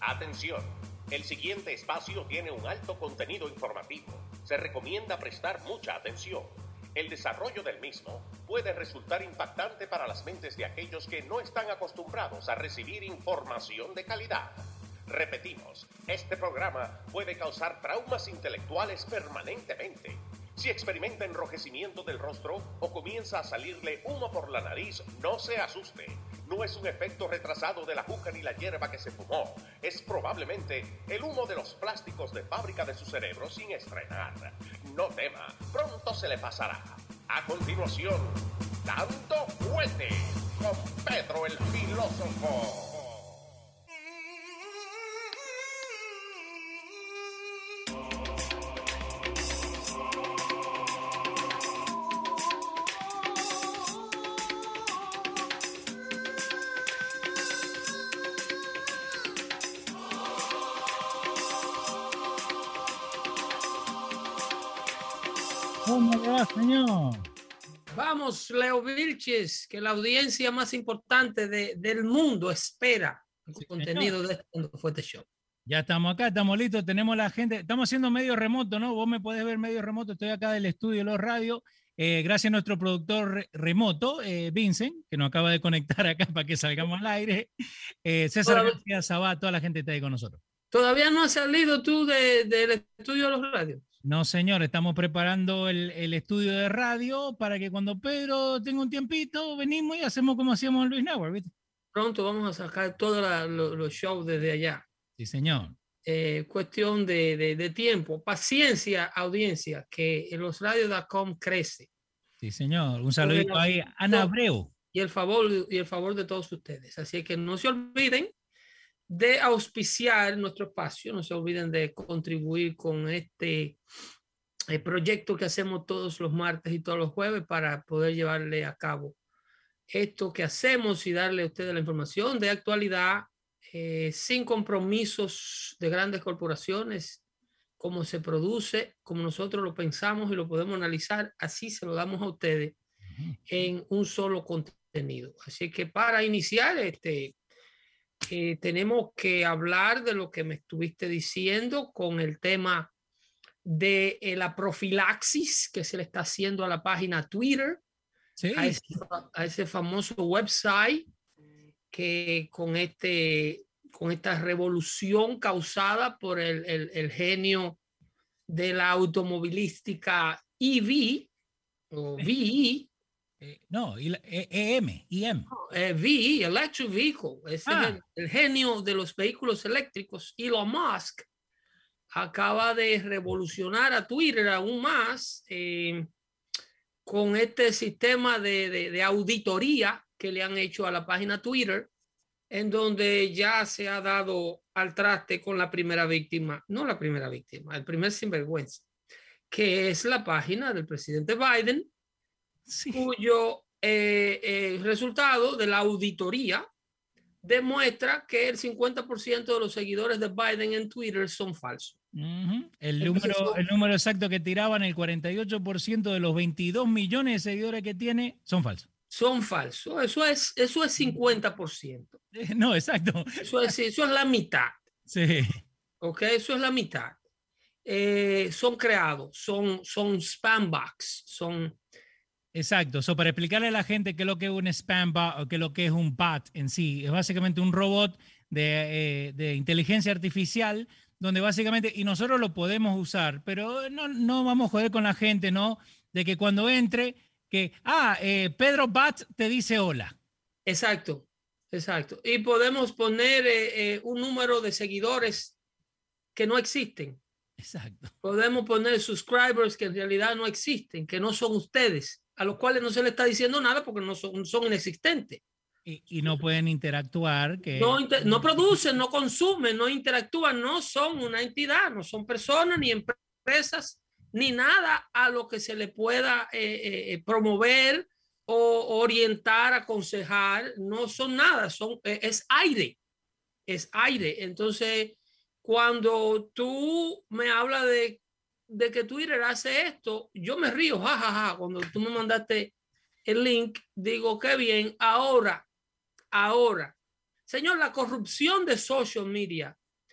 Atención, el siguiente espacio tiene un alto contenido informativo. Se recomienda prestar mucha atención. El desarrollo del mismo puede resultar impactante para las mentes de aquellos que no están acostumbrados a recibir información de calidad. Repetimos, este programa puede causar traumas intelectuales permanentemente. Si experimenta enrojecimiento del rostro o comienza a salirle humo por la nariz, no se asuste. No es un efecto retrasado de la juca ni la hierba que se fumó. Es probablemente el humo de los plásticos de fábrica de su cerebro sin estrenar. No tema, pronto se le pasará. A continuación, Dando Fuete con Pedro el Filósofo. ¿Cómo le va, señor? Vamos, Leo Vilches, que la audiencia más importante del mundo espera el contenido de este Fuerte Show. Ya estamos acá, estamos listos, tenemos la gente, estamos haciendo medio remoto, ¿no? Vos me podés ver medio remoto, estoy acá del estudio de los radios, gracias a nuestro productor remoto, Vincent, que nos acaba de conectar acá para que salgamos al aire. César García Sabá, toda la gente está ahí con nosotros. ¿Todavía no has salido tú del estudio de los radios? No, señor, estamos preparando el estudio de radio para que cuando Pedro tenga un tiempito, venimos y hacemos como hacíamos en Luis Network, ¿viste? Pronto vamos a sacar todos los shows desde allá. Sí, señor. Cuestión de tiempo, paciencia, audiencia, que en los radios.com crece. Sí, señor. Un saludito ahí, Ana Abreu. Y el favor de todos ustedes. Así que no se olviden de auspiciar nuestro espacio, no se olviden de contribuir con este proyecto que hacemos todos los martes y todos los jueves para poder llevarle a cabo esto que hacemos y darle a ustedes la información de actualidad sin compromisos de grandes corporaciones, como se produce, como nosotros lo pensamos y lo podemos analizar, así se lo damos a ustedes en un solo contenido. Así que para iniciar tenemos que hablar de lo que me estuviste diciendo con el tema de la profilaxis que se le está haciendo a la página Twitter, sí, a ese famoso website que con esta revolución causada por el genio de la automovilística EV o VE. No, EM. VE, Electric Vehicle, ese es el genio de los vehículos eléctricos. Elon Musk acaba de revolucionar a Twitter aún más con este sistema de auditoría que le han hecho a la página Twitter, en donde ya se ha dado al traste con la primera víctima, no la primera víctima, el primer sinvergüenza, que es la página del presidente Biden, sí, cuyo resultado de la auditoría demuestra que el 50% de los seguidores de Biden en Twitter son falsos. El número exacto que tiraban, el 48% de los 22 millones de seguidores que tiene, son falsos. Son falsos. Eso es 50%. No, exacto. Eso es la mitad. Sí. Ok, eso es la mitad. Son creados, son spam box, son... Exacto. Para explicarle a la gente qué es lo que es un spam bot o qué es lo que es un bot en sí, es básicamente un robot de inteligencia artificial donde básicamente, y nosotros lo podemos usar, pero no vamos a joder con la gente, ¿no? De que cuando entre, que, Pedro Bat te dice hola. Exacto. Y podemos poner un número de seguidores que no existen. Exacto. Podemos poner subscribers que en realidad no existen, que no son ustedes, a los cuales no se les está diciendo nada porque no son inexistentes. Y no pueden interactuar. No producen, no consumen, no interactúan, no son una entidad, no son personas ni empresas, ni nada a lo que se le pueda promover o orientar, aconsejar. No son nada, es aire. Entonces, cuando tú me hablas de que Twitter hace esto, yo me río, jajaja. Cuando tú me mandaste el link, digo, qué bien. Ahora, señor, la corrupción de social media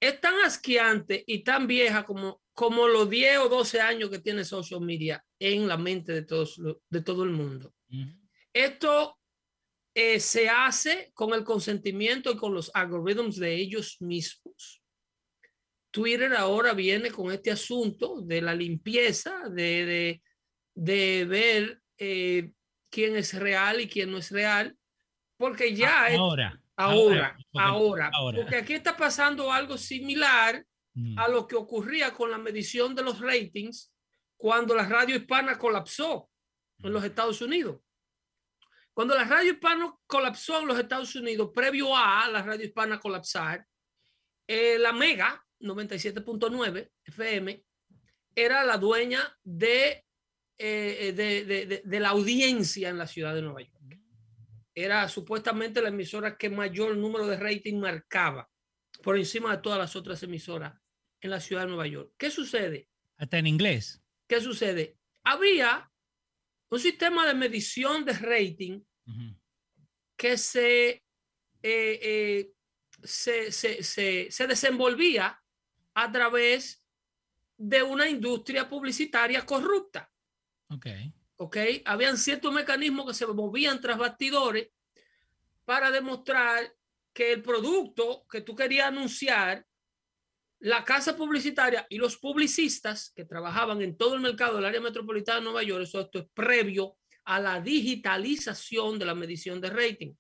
es tan asqueante y tan vieja como los 10 o 12 años que tiene social media en la mente de todo el mundo. Esto se hace con el consentimiento y con los algoritmos de ellos mismos. Twitter ahora viene con este asunto de la limpieza, de ver quién es real y quién no es real, porque ya ahora, porque aquí está pasando algo similar a lo que ocurría con la medición de los ratings cuando la radio hispana colapsó en los Estados Unidos. Cuando la radio hispana colapsó en los Estados Unidos, previo a la radio hispana colapsar, la Mega 97.9 FM era la dueña de la audiencia en la ciudad de Nueva York. Era supuestamente la emisora que mayor número de rating marcaba por encima de todas las otras emisoras en la ciudad de Nueva York. ¿Qué sucede? Hasta en inglés. ¿Qué sucede? Había un sistema de medición de rating que se desenvolvía a través de una industria publicitaria corrupta. Habían ciertos mecanismos que se movían tras bastidores para demostrar que el producto que tú querías anunciar, la casa publicitaria y los publicistas que trabajaban en todo el mercado del área metropolitana de Nueva York, esto es previo a la digitalización de la medición de rating.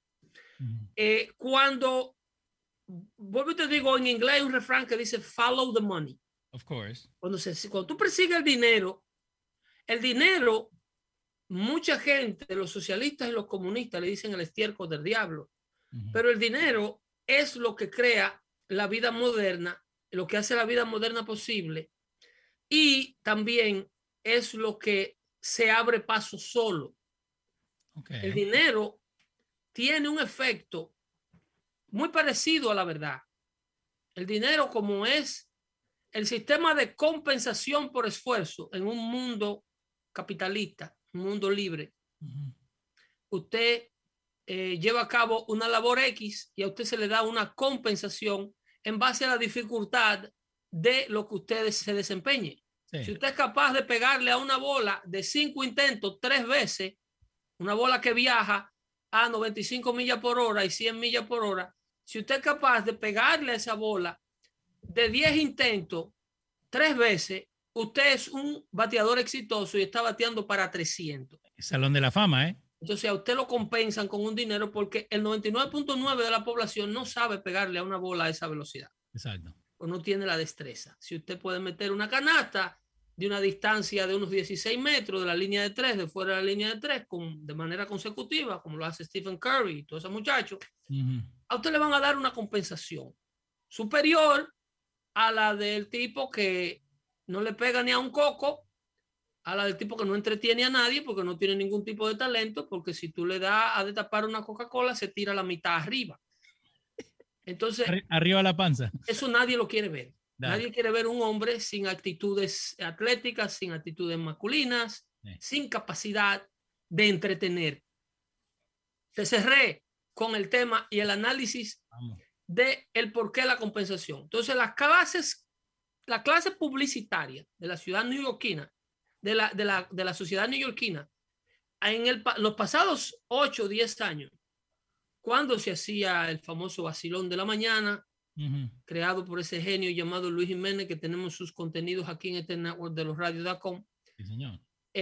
Cuando, vuelvo y te digo, en inglés hay un refrán que dice follow the money. Of course. Cuando tú persigues el dinero, mucha gente, los socialistas y los comunistas le dicen el estiércol del diablo, pero el dinero es lo que crea la vida moderna, lo que hace la vida moderna posible, y también es lo que se abre paso solo. El dinero tiene un efecto muy parecido a la verdad. El dinero, como es el sistema de compensación por esfuerzo en un mundo capitalista, un mundo libre, usted lleva a cabo una labor X y a usted se le da una compensación en base a la dificultad de lo que usted se desempeñe. Si usted es capaz de pegarle a una bola de 5 intentos 3 veces, una bola que viaja a 95 millas por hora y 100 millas por hora, si usted es capaz de pegarle a esa bola de 10 intentos 3 veces, usted es un bateador exitoso y está bateando para 300. Salón de la fama, ¿eh? Entonces a usted lo compensan con un dinero porque el 99.9 de la población no sabe pegarle a una bola a esa velocidad. Exacto. O no tiene la destreza. Si usted puede meter una canasta de una distancia de unos 16 metros de la línea de 3, de fuera de la línea de 3, de manera consecutiva, como lo hace Stephen Curry y todos esos muchachos, a usted le van a dar una compensación superior a la del tipo que no le pega ni a un coco, a la del tipo que no entretiene a nadie porque no tiene ningún tipo de talento, porque si tú le das a destapar una Coca-Cola se tira la mitad arriba. Entonces, arriba la panza. Eso nadie lo quiere ver. Nadie quiere ver un hombre sin actitudes atléticas, sin actitudes masculinas, sin capacidad de entretener. Te cerré con el tema y el análisis de el por qué la compensación. Entonces, la clase publicitaria de la ciudad neoyorquina, de la sociedad neoyorquina, en los pasados 8 o 10 años, cuando se hacía el famoso vacilón de la mañana, creado por ese genio llamado Luis Jiménez, que tenemos sus contenidos aquí en este network de los radios.com. Sí, señor.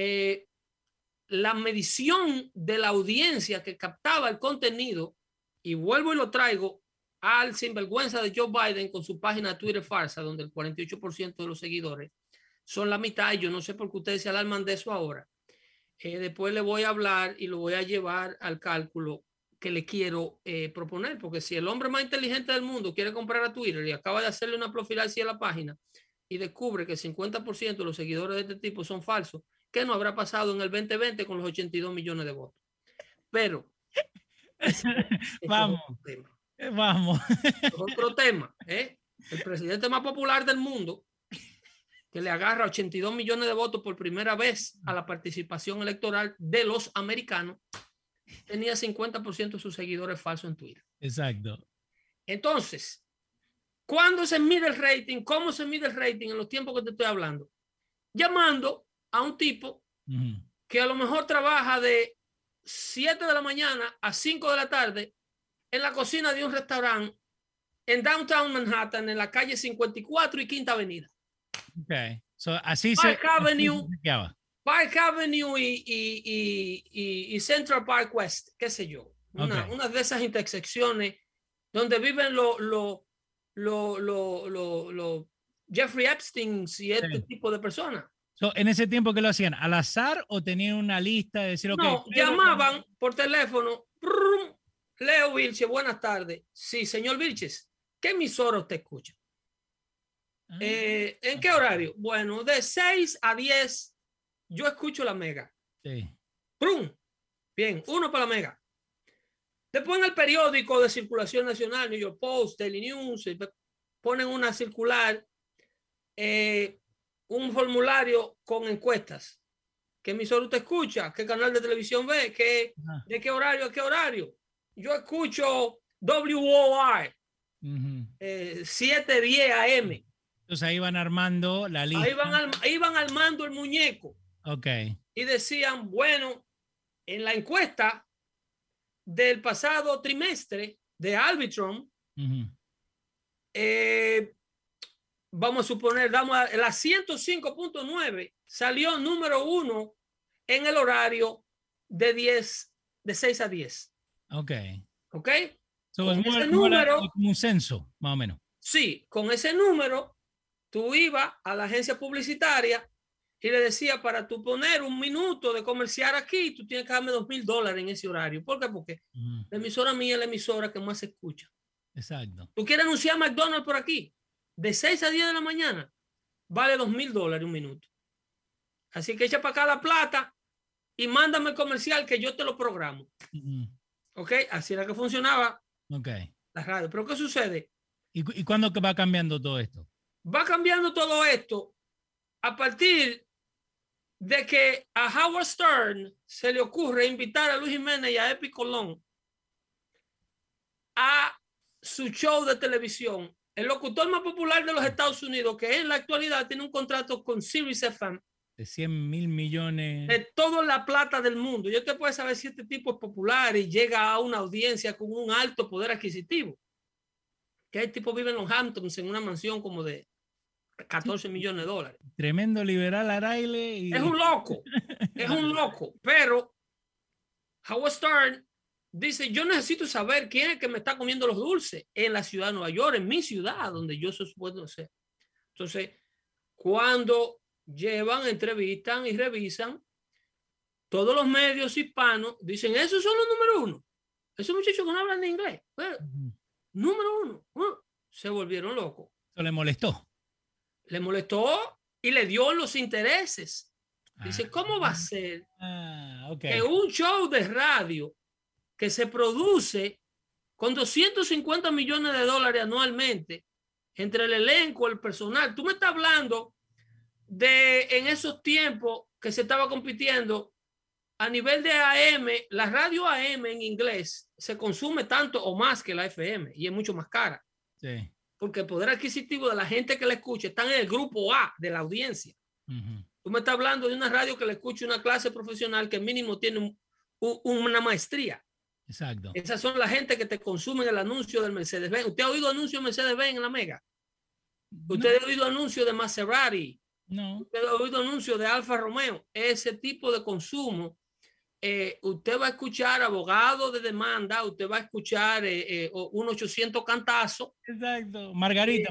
La medición de la audiencia que captaba el contenido, y vuelvo y lo traigo al sinvergüenza de Joe Biden con su página Twitter farsa, donde el 48% de los seguidores son la mitad, y yo no sé por qué ustedes se alarman de eso ahora. Después le voy a hablar y lo voy a llevar al cálculo que le quiero proponer, porque si el hombre más inteligente del mundo quiere comprar a Twitter y acaba de hacerle una profilaxia a la página y descubre que el 50% de los seguidores de este tipo son falsos, ¿qué no habrá pasado en el 2020 con los 82 millones de votos? Pero vamos, vamos. Es otro tema, ¿eh? El presidente más popular del mundo, que le agarra 82 millones de votos por primera vez a la participación electoral de los americanos, tenía 50% de sus seguidores falsos en Twitter. Exacto. Entonces, ¿Cuándo se mide el rating? ¿Cómo se mide el rating en los tiempos que te estoy hablando? Llamando a un tipo que a lo mejor trabaja de 7 de la mañana a 5 de la tarde en la cocina de un restaurante en Downtown Manhattan, en la calle 54 y Quinta Avenida. Okay. So, así Park Avenue, se chequeaba. Park Avenue y Central Park West, qué sé yo. Una de esas intersecciones donde viven los Jeffrey Epstein y este tipo de personas. So, ¿en ese tiempo qué lo hacían? ¿Al azar o tenían una lista de decir, no, llamaban por teléfono. Brum, Leo Vilches, buenas tardes. Sí, señor Vilches, ¿qué emisora usted escucha? ¿En qué horario? Bueno, de 6 a 10 yo escucho la Mega. Sí. Brum. Bien, uno para la Mega. Después en el periódico de circulación nacional, New York Post, Daily News, ponen una circular, un formulario con encuestas. ¿Qué emisor usted escucha? ¿Qué canal de televisión ve? ¿De qué horario a qué horario? Yo escucho WOR, 7:10 AM. Entonces ahí van armando la lista. Ahí van armando el muñeco. Ok. Y decían, bueno, en la encuesta del pasado trimestre de Arbitrum, vamos a suponer, damos a la 105.9, salió número 1 en el horario de 6 a 10. Ok. Ok. So, con ese número, como un censo, más o menos. Sí, con ese número, tú ibas a la agencia publicitaria y le decía, para tú poner un minuto de comercial aquí, tú tienes que darme $2,000 en ese horario. ¿Por qué? Porque la emisora mía es la emisora que más se escucha. Exacto. Tú quieres anunciar McDonald's por aquí, de 6 a 10 de la mañana, vale $2,000 un minuto. Así que echa para acá la plata y mándame el comercial que yo te lo programo. ¿Ok? Así era que funcionaba la radio. Pero ¿qué sucede? ¿Y cuándo va cambiando todo esto? Va cambiando todo esto a partir de que a Howard Stern se le ocurre invitar a Luis Jiménez y a Epi Colón a su show de televisión. El locutor más popular de los Estados Unidos, que en la actualidad tiene un contrato con Sirius FM de 100,000 millones de toda la plata del mundo. Yo te puedo saber si este tipo es popular y llega a una audiencia con un alto poder adquisitivo. Que el tipo vive en los Hamptons en una mansión como de 14 millones de dólares. Tremendo liberal Araile. Y... Es un loco, es un loco. Pero Howard Stern dice, yo necesito saber quién es el que me está comiendo los dulces en la ciudad de Nueva York, en mi ciudad, donde yo soy supuesto ser. Entonces, cuando llevan, entrevistan y revisan, todos los medios hispanos dicen, esos son los número 1. Esos muchachos que no hablan de inglés. Bueno, número 1. Se volvieron locos. Eso le molestó. Le molestó y le dio los intereses. Dice, ¿cómo va a ser que un show de radio que se produce con $250 millones anualmente entre el elenco, el personal? Tú me estás hablando de en esos tiempos que se estaba compitiendo a nivel de AM, la radio AM en inglés se consume tanto o más que la FM y es mucho más cara. Sí. Porque el poder adquisitivo de la gente que la escucha está en el grupo A de la audiencia. Tú me estás hablando de una radio que le escucha una clase profesional que mínimo tiene una maestría. Exacto. Esas son la gente que te consumen el anuncio del Mercedes-Benz. ¿Usted ha oído anuncios de Mercedes-Benz en la Mega? ¿Usted ha oído anuncios de Maserati? No. ¿Usted ha oído anuncios de Alfa Romeo? Ese tipo de consumo. Usted va a escuchar abogados de demanda, usted va a escuchar un 800 cantazos. Exacto. Margarita.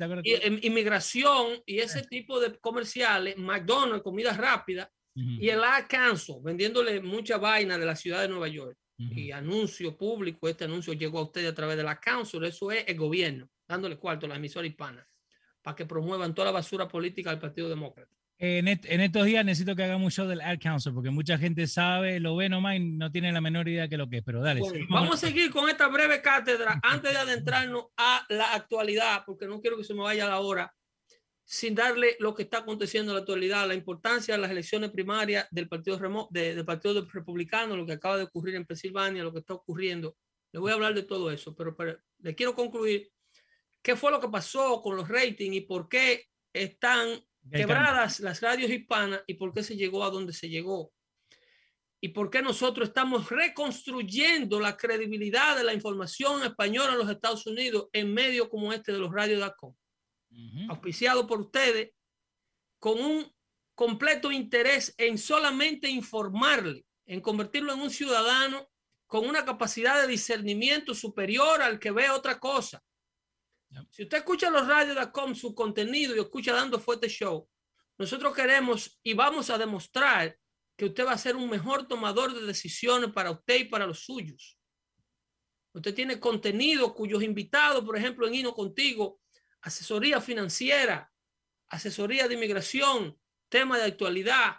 Inmigración y ese tipo de comerciales, McDonald's, comida rápida, y el Ad Council, vendiéndole mucha vaina de la ciudad de Nueva York. Y anuncio público, este anuncio llegó a usted a través de la Council, eso es el gobierno, dándole cuarto a la emisora hispana para que promuevan toda la basura política del Partido Demócrata. En estos días necesito que hagamos un show del Ad Council porque mucha gente sabe, lo ve nomás y no tiene la menor idea de lo que es, pero dale. Bueno, vamos a seguir con esta breve cátedra antes de adentrarnos a la actualidad, porque no quiero que se me vaya la hora sin darle lo que está aconteciendo en la actualidad, la importancia de las elecciones primarias del Partido Republicano, lo que acaba de ocurrir en Pensilvania, lo que está ocurriendo. Le voy a hablar de todo eso, pero le quiero concluir qué fue lo que pasó con los ratings y por qué están quebradas las radios hispanas y por qué se llegó a donde se llegó. Y por qué nosotros estamos reconstruyendo la credibilidad de la información española en los Estados Unidos en medios como este de los radios.com. Auspiciado por ustedes con un completo interés en solamente informarle, en convertirlo en un ciudadano con una capacidad de discernimiento superior al que ve otra cosa. Si usted escucha los radios.com, su contenido, y escucha Dando Fuerte Show, nosotros queremos y vamos a demostrar que usted va a ser un mejor tomador de decisiones para usted y para los suyos. Usted tiene contenido cuyos invitados, por ejemplo, en Hino Contigo, asesoría financiera, asesoría de inmigración, tema de actualidad,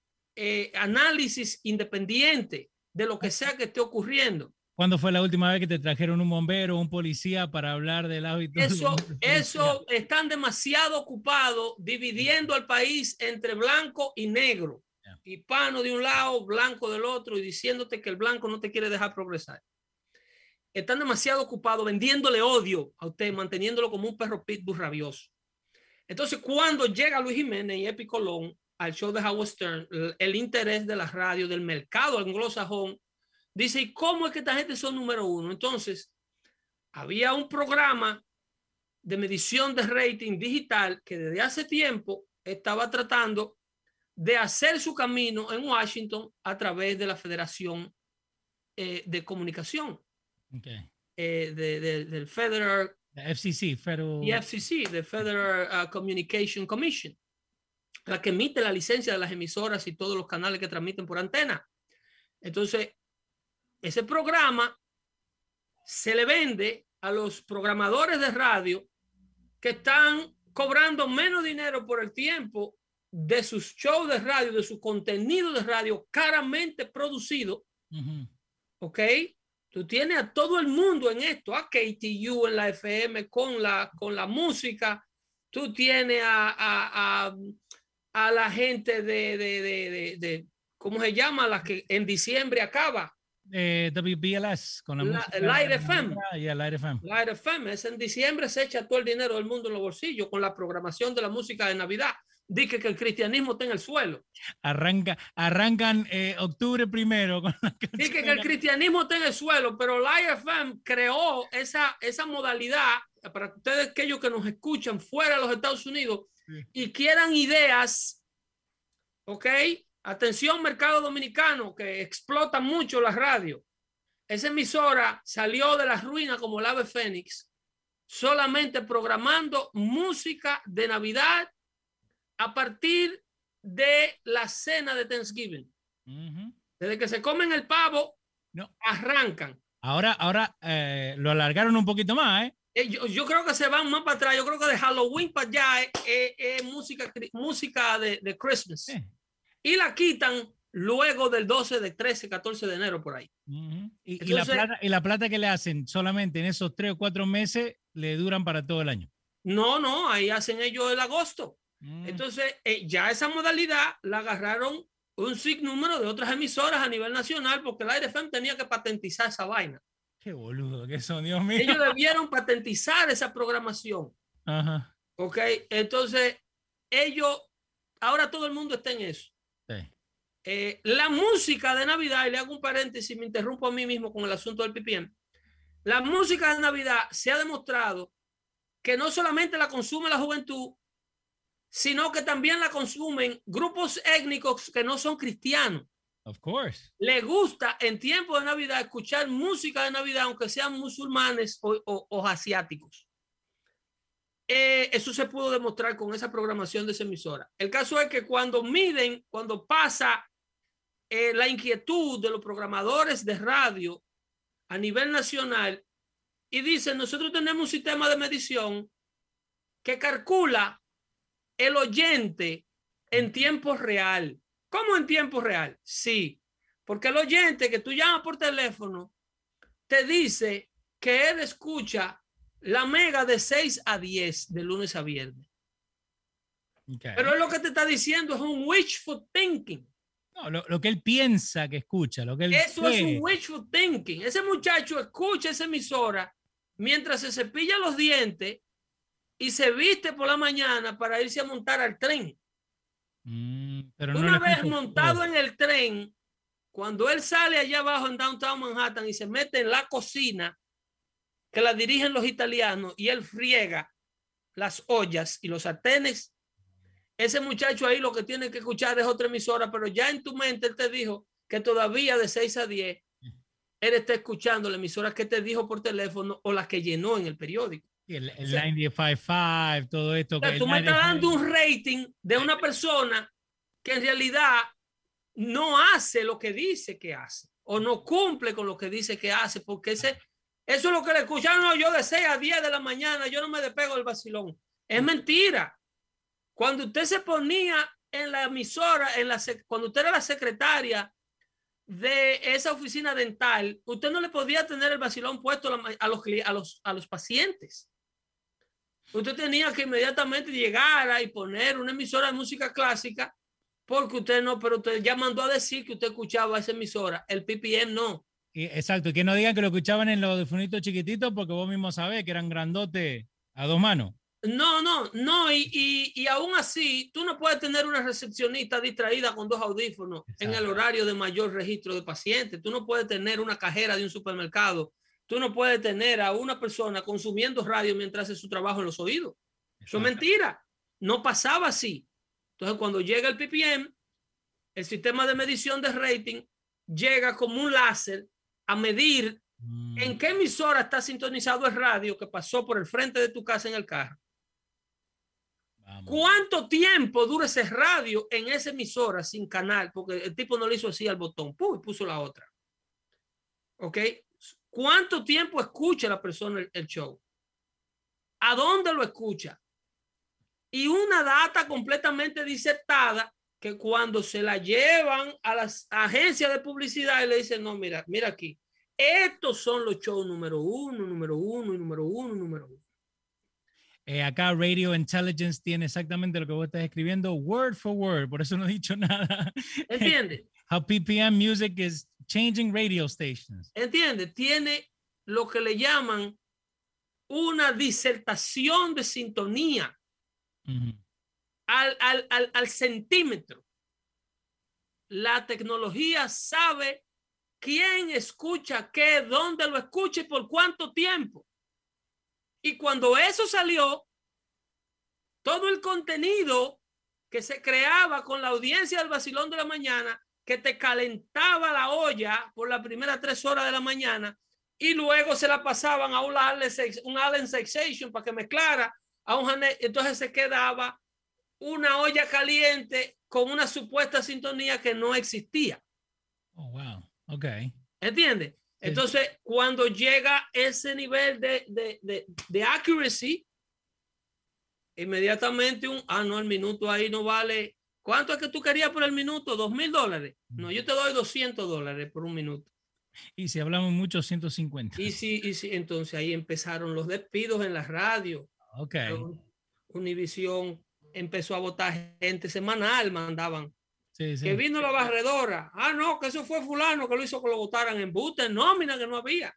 análisis independiente de lo que sea que esté ocurriendo. ¿Cuándo fue la última vez que te trajeron un bombero o un policía para hablar del hábito? Eso están demasiado ocupados dividiendo al país entre blanco y negro. Hispano de un lado, blanco del otro, y diciéndote que el blanco no te quiere dejar progresar. Están demasiado ocupados vendiéndole odio a usted, manteniéndolo como un perro pitbull rabioso. Entonces, cuando llega Luis Jiménez y Epi Colón al show de Howard Stern, el interés de la radio, del mercado anglosajón, dice, ¿y cómo es que esta gente son número uno? Entonces, había un programa de medición de rating digital que desde hace tiempo estaba tratando de hacer su camino en Washington a través de la Federación de Comunicación. Okay. Del Federal... The FCC, Federal... Y FCC, the Federal Communication Commission, la que emite la licencia de las emisoras y todos los canales que transmiten por antena. Entonces, ese programa se le vende a los programadores de radio que están cobrando menos dinero por el tiempo de sus shows de radio, de su contenido de radio caramente producido. ¿Ok? Tú tienes a todo el mundo en esto, a KTU en la FM con la música. Tú tienes a la gente de ¿cómo se llama? La que en diciembre acaba. WBLS con la música. Light FM. Light FM. Light FM. Es en diciembre se echa todo el dinero del mundo en los bolsillos con la programación de la música de Navidad. Dice que el cristianismo está en el suelo. Arrancan octubre primero. Dice que el cristianismo está en el suelo, pero Light FM creó esa modalidad para ustedes, aquellos que nos escuchan fuera de los Estados Unidos y quieran ideas, ¿ok? Atención, mercado dominicano, que explota mucho la radio. Esa emisora salió de las ruinas como el ave fénix, solamente programando música de Navidad a partir de la cena de Thanksgiving. Desde que se comen el pavo, arrancan. Ahora lo alargaron un poquito más, Yo creo que se van más para atrás. Yo creo que de Halloween para allá es música de Christmas. Y la quitan luego del 12, de 13, 14 de enero por ahí. Entonces, y la plata que le hacen solamente en esos 3 o 4 meses le duran para todo el año. No, ahí hacen ellos el agosto. Entonces, ya esa modalidad la agarraron un sinnúmero de otras emisoras a nivel nacional porque la FM tenía que patentizar esa vaina. Qué boludo que son, Dios mío. Ellos debieron patentizar esa programación. Ajá. Ok, entonces ahora todo el mundo está en eso. Sí. La música de Navidad, y le hago un paréntesis, me interrumpo a mí mismo con el asunto del PPM. La música de Navidad se ha demostrado que no solamente la consume la juventud, sino que también la consumen grupos étnicos que no son cristianos. Of course. Le gusta en tiempo de Navidad escuchar música de Navidad, aunque sean musulmanes o asiáticos. Eso se pudo demostrar con esa programación de esa emisora. El caso es que cuando pasa la inquietud de los programadores de radio a nivel nacional y dicen, nosotros tenemos un sistema de medición que calcula el oyente en tiempo real. ¿Cómo en tiempo real? Sí, porque el oyente que tú llamas por teléfono te dice que él escucha la mega de 6 a 10 de lunes a viernes. Okay. Pero lo que te está diciendo es un wishful thinking. No, lo que él piensa que escucha. Eso es un wishful thinking. Ese muchacho escucha esa emisora mientras se cepilla los dientes y se viste por la mañana para irse a montar al tren. Pero Una vez montado en el tren, cuando él sale allá abajo en Downtown Manhattan y se mete en la cocina que la dirigen los italianos y él friega las ollas y los sartenes, ese muchacho ahí lo que tiene que escuchar es otra emisora, pero ya en tu mente él te dijo que todavía de 6 a 10 él está escuchando la emisora que te dijo por teléfono o la que llenó en el periódico. El 95.5, todo esto. O sea, tú me estás dando un rating de una persona que en realidad no hace lo que dice que hace o no cumple con lo que dice que hace, porque eso es lo que le escucharon. No, yo de 6 a 10 de la mañana yo no me despego del vacilón. Es mentira. Cuando usted se ponía en la emisora, cuando usted era la secretaria de esa oficina dental, usted no le podía tener el vacilón puesto a los pacientes. Usted tenía que inmediatamente llegar y poner una emisora de música clásica, porque pero usted ya mandó a decir que usted escuchaba esa emisora, el PPM no. Exacto, y que no digan que lo escuchaban en los difunitos chiquititos, porque vos mismo sabés que eran grandotes a 2 manos. No, y aún así, tú no puedes tener una recepcionista distraída con 2 audífonos. Exacto. En el horario de mayor registro de pacientes. Tú no puedes tener una cajera de un supermercado. Tú no puedes tener a una persona consumiendo radio mientras hace su trabajo en los oídos. Exacto. Eso es mentira. No pasaba así. Entonces, cuando llega el PPM, el sistema de medición de rating llega como un láser a medir en qué emisora está sintonizado el radio que pasó por el frente de tu casa en el carro. Vamos. ¿Cuánto tiempo dura ese radio en esa emisora sin canal? Porque el tipo no le hizo así al botón, ¡pum!, y puso la otra. ¿Ok? ¿Cuánto tiempo escucha la persona el show? ¿A dónde lo escucha? Y una data completamente disertada que cuando se la llevan a las agencias de publicidad y le dicen, no, mira aquí, estos son los shows número uno. Acá Radio Intelligence tiene exactamente lo que vos estás escribiendo, word for word, por eso no he dicho nada. ¿Entiendes? How PPM music is changing radio stations. ¿Entiendes? Tiene lo que le llaman una disertación de sintonía al centímetro. La tecnología sabe quién escucha qué, dónde lo escucha y por cuánto tiempo. Y cuando eso salió, todo el contenido que se creaba con la audiencia del vacilón de la mañana, que te calentaba la olla por las primeras 3 horas de la mañana y luego se la pasaban a un Allen Sensation para que mezclara a un Janet, entonces se quedaba una olla caliente con una supuesta sintonía que no existía. Oh, wow. Ok. ¿Entiendes? Entonces, cuando llega ese nivel de accuracy, inmediatamente el minuto ahí no vale. ¿Cuánto es que tú querías por el minuto? $2,000. No, yo te doy $200 por un minuto. Y si hablamos mucho, 150. Y si, entonces ahí empezaron los despidos en la radio. Ok. Univision empezó a votar gente semanal, mandaban. Sí. Que vino la barredora. No, que eso fue fulano que lo hizo que lo votaran en busta, en nómina que no había.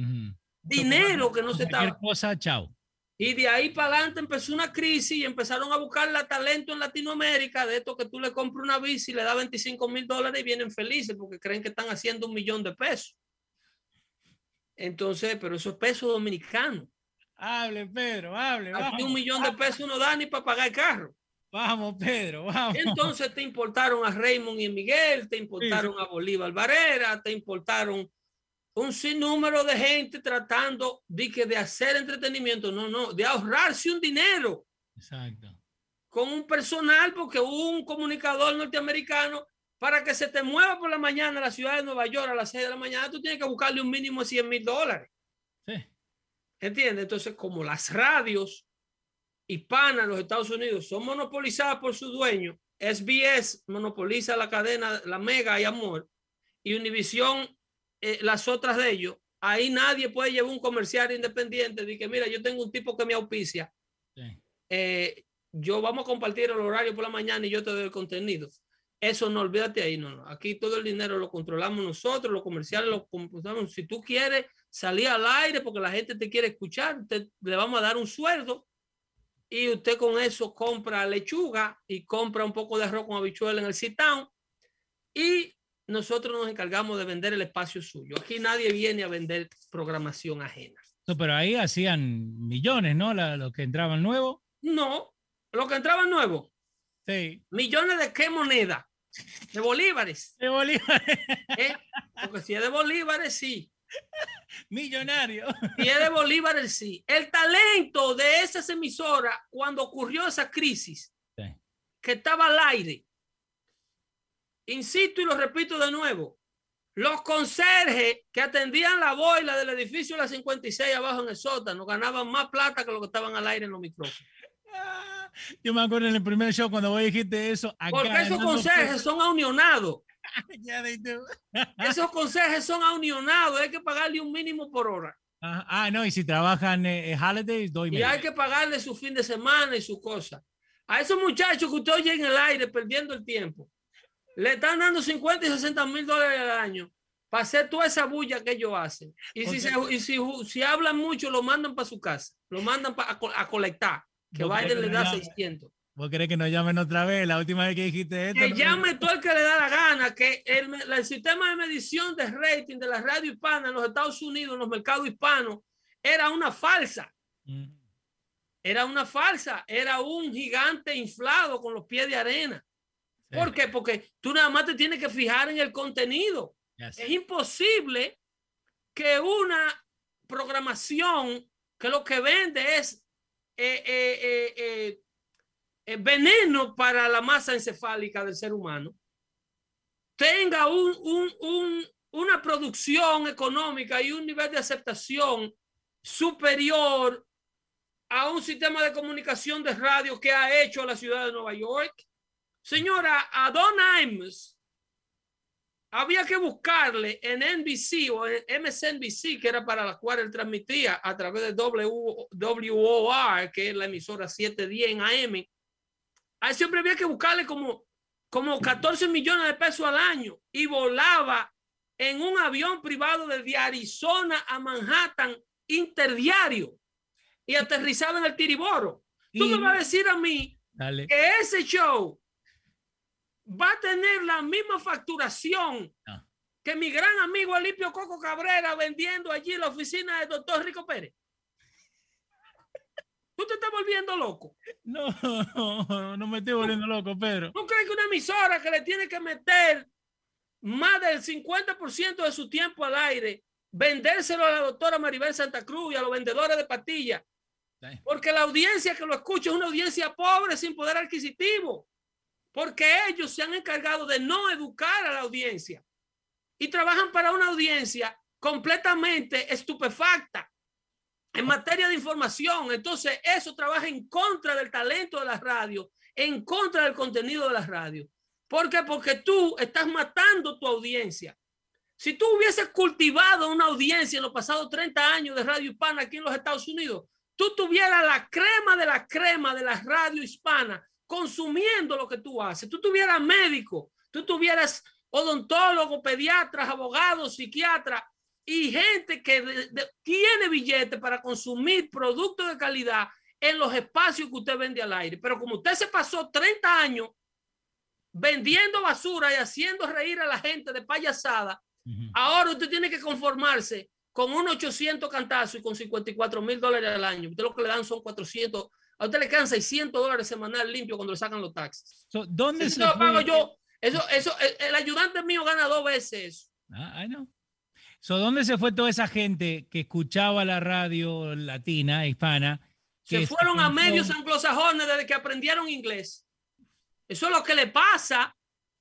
Dinero que no se estaba. Cosa, chao. Y de ahí para adelante empezó una crisis y empezaron a buscar talento en Latinoamérica, de esto que tú le compras una bici y le da $25,000 y vienen felices porque creen que están haciendo $1,000,000. Entonces, pero eso es peso dominicano. Hable, Pedro, hable. Aquí $1,000,000 no da ni para pagar el carro. Vamos, Pedro, vamos. Entonces te importaron a Raymond y Miguel, te importaron a Bolívar Barrera, te importaron un sinnúmero de gente tratando de hacer entretenimiento, de ahorrarse un dinero. Exacto. Con un personal, porque hubo un comunicador norteamericano para que se te mueva por la mañana a la ciudad de Nueva York a las 6 de la mañana, tú tienes que buscarle un mínimo de $100,000. Sí. ¿Entiendes? Entonces, como las radios hispanas en los Estados Unidos son monopolizadas por su dueño, SBS monopoliza la cadena, la Mega y Amor, y Univision las otras de ellos, ahí nadie puede llevar un comercial independiente de que mira, yo tengo un tipo que me auspicia, yo vamos a compartir el horario por la mañana y yo te doy el contenido. Eso no, olvídate ahí, no. Aquí todo el dinero lo controlamos nosotros, los comerciales los controlamos. Si tú quieres salir al aire porque la gente te quiere escuchar, le vamos a dar un sueldo. y usted con eso compra lechuga y compra un poco de arroz con habichuela en el sit-down y nosotros nos encargamos de vender el espacio suyo. Aquí nadie viene a vender programación ajena. No, pero ahí hacían millones, ¿no? Los que entraban nuevos. No, los que entraban nuevos. Sí. ¿Millones de qué moneda? De bolívares. De bolívares. Porque si es de bolívares, sí. Millonario. Si es de bolívares, sí. El talento de esas emisoras cuando ocurrió esa crisis, sí, que estaba al aire, insisto y lo repito de nuevo, los conserjes que atendían la boila del edificio de la 56 abajo en el sótano ganaban más plata que los que estaban al aire en los micrófonos. Yo me acuerdo en el primer show cuando vos dijiste eso. Acá, porque esos conserjes son aunionados. Esos conserjes son aunionados. Hay que pagarle un mínimo por hora. No, y si trabajan holidays, doy y hay que pagarle su fin de semana y su cosa. A esos muchachos que usted oye en el aire perdiendo el tiempo, le están dando 50 y 60 mil dólares al año para hacer toda esa bulla que ellos hacen. Y, okay, si hablan mucho, lo mandan para su casa, lo mandan a colectar, que Biden le da 600. ¿Vos querés que nos llamen otra vez? La última vez que dijiste esto. Que llame todo el que le da la gana, que el sistema de medición de rating de la radio hispana en los Estados Unidos, en los mercados hispanos, era una falsa. Era una falsa, era un gigante inflado con los pies de arena. Sí. ¿Por qué? Porque tú nada más te tienes que fijar en el contenido. Yes. Es imposible que una programación que lo que vende es veneno para la masa encefálica del ser humano tenga una producción económica y un nivel de aceptación superior a un sistema de comunicación de radio que ha hecho la ciudad de Nueva York. Señora, a Don Imus había que buscarle en NBC o en MSNBC, que era para la cual él transmitía a través de WOR, que es la emisora 710 en AM. A ese hombre había que buscarle como 14 millones de pesos al año y volaba en un avión privado desde Arizona a Manhattan interdiario y aterrizaba en el Tiriboro. Tú me vas a decir a mí que ese show va a tener la misma facturación que mi gran amigo Alipio Coco Cabrera vendiendo allí en la oficina del doctor Rico Pérez. ¿Tú te estás volviendo loco? No me estoy volviendo loco, Pedro. ¿Tú crees que una emisora que le tiene que meter más del 50% de su tiempo al aire, vendérselo a la doctora Maribel Santa Cruz y a los vendedores de pastillas? Porque la audiencia que lo escucha es una audiencia pobre sin poder adquisitivo. Porque ellos se han encargado de no educar a la audiencia y trabajan para una audiencia completamente estupefacta en materia de información. Entonces eso trabaja en contra del talento de la radio, en contra del contenido de la radio. ¿Por qué? Porque tú estás matando tu audiencia. Si tú hubieses cultivado una audiencia en los pasados 30 años de radio hispana aquí en los Estados Unidos, tú tuvieras la crema de la radio hispana consumiendo lo que tú haces. Tú tuvieras médicos, tú tuvieras odontólogos, pediatras, abogados, psiquiatras y gente que tiene billetes para consumir productos de calidad en los espacios que usted vende al aire. Pero como usted se pasó 30 años vendiendo basura y haciendo reír a la gente de payasada, ahora usted tiene que conformarse con unos 800 cantazos y con $54,000 al año. Usted lo que le dan son 400. A usted le quedan $600 semanal limpio cuando le sacan los taxes. ¿Dónde se lo pago yo? Eso, el ayudante mío gana 2 veces eso. I know. ¿Dónde se fue toda esa gente que escuchaba la radio latina, hispana? Se fueron a medios anglosajones desde que aprendieron inglés. Eso es lo que le pasa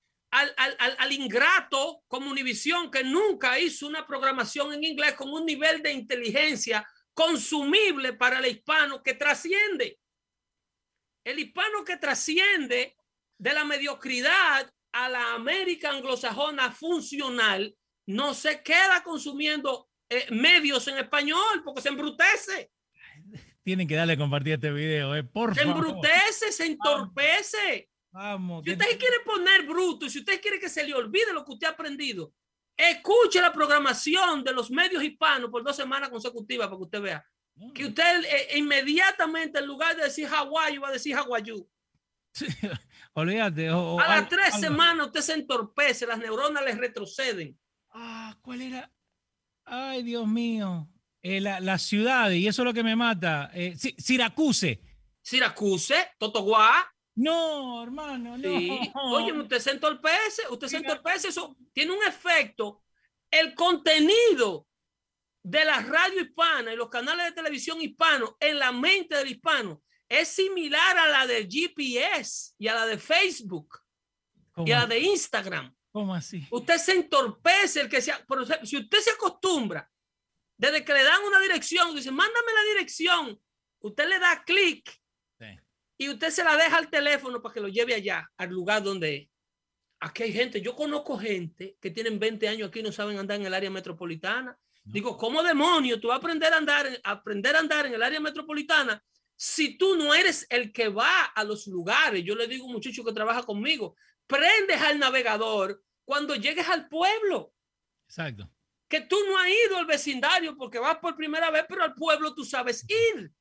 al ingrato como Univisión, que nunca hizo una programación en inglés con un nivel de inteligencia consumible para el hispano que trasciende. El hispano que trasciende de la mediocridad a la América anglosajona funcional no se queda consumiendo medios en español porque se embrutece. Tienen que darle a compartir este video, por favor. Se embrutece, se entorpece. Vamos. Si usted quiere poner bruto y si usted quiere que se le olvide lo que usted ha aprendido, escuche la programación de los medios hispanos por 2 semanas consecutivas para que usted vea que usted inmediatamente en lugar de decir Hawái va a decir Hawaiiú. Sí, olvídate. A las 3 semanas usted se entorpece, las neuronas le retroceden. ¿Cuál era? Ay, Dios mío. La ciudad, y eso es lo que me mata. Syracuse. Syracuse, Totoguá. No, hermano, no. Sí. Oye, usted se entorpece, eso tiene un efecto. El contenido de la radio hispana y los canales de televisión hispanos en la mente del hispano es similar a la del GPS y a la de Facebook y a la de Instagram. ¿Cómo así? Usted se entorpece, pero si usted se acostumbra, desde que le dan una dirección, dice, mándame la dirección, usted le da clic y usted se la deja al teléfono para que lo lleve allá, al lugar donde es. Aquí hay gente, yo conozco gente que tienen 20 años aquí y no saben andar en el área metropolitana. No. Digo, ¿cómo demonios tú vas a aprender a andar en el área metropolitana si tú no eres el que va a los lugares? Yo le digo a un muchacho que trabaja conmigo, prendes al navegador cuando llegues al pueblo. Exacto. Que tú no has ido al vecindario porque vas por primera vez, pero al pueblo tú sabes ir.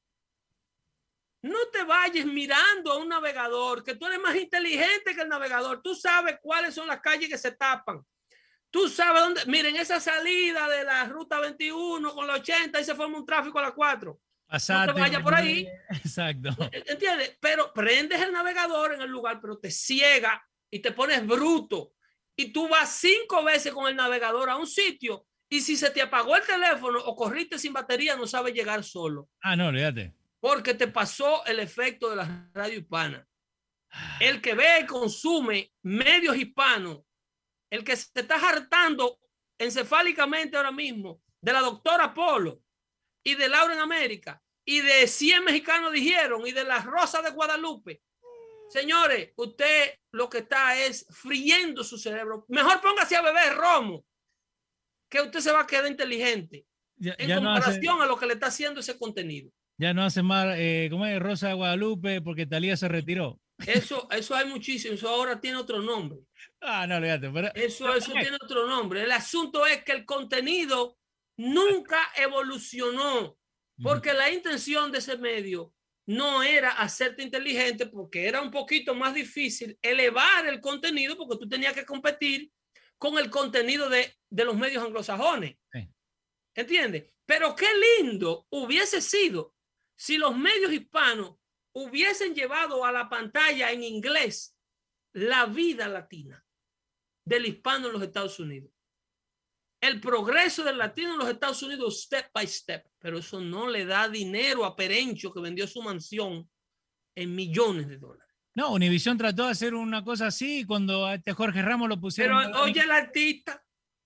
No te vayas mirando a un navegador, que tú eres más inteligente que el navegador. Tú sabes cuáles son las calles que se tapan. Tú sabes dónde. Miren, esa salida de la ruta 21 con la 80, ahí se forma un tráfico a las 4. Pasate, no te vayas por ahí. Exacto. ¿Entiendes? Pero prendes el navegador en el lugar, pero te ciega y te pones bruto. Y tú vas 5 veces con el navegador a un sitio y si se te apagó el teléfono o corriste sin batería, no sabes llegar solo. No, olvídate. Porque te pasó el efecto de la radio hispana. El que ve y consume medios hispanos, el que se está hartando encefálicamente ahora mismo de la doctora Polo y de Laura en América y de 100 mexicanos dijeron y de la Rosa de Guadalupe. Señores, usted lo que está es friendo su cerebro. Mejor póngase a beber romo, que usted se va a quedar inteligente en comparación a lo que le está haciendo ese contenido. Ya no hace más, ¿cómo es? Rosa de Guadalupe, porque Talía se retiró. Eso hay muchísimo, eso ahora tiene otro nombre. No, olvídate. Pero... Eso tiene otro nombre. El asunto es que el contenido nunca evolucionó, porque la intención de ese medio no era hacerte inteligente, porque era un poquito más difícil elevar el contenido, porque tú tenías que competir con el contenido de los medios anglosajones. Sí. ¿Entiendes? Pero qué lindo hubiese sido si los medios hispanos hubiesen llevado a la pantalla en inglés la vida latina del hispano en los Estados Unidos. El progreso del latino en los Estados Unidos step by step, pero eso no le da dinero a Perencho, que vendió su mansión en millones de dólares. No, Univision trató de hacer una cosa así cuando a Jorge Ramos lo pusieron. Pero oye el artista,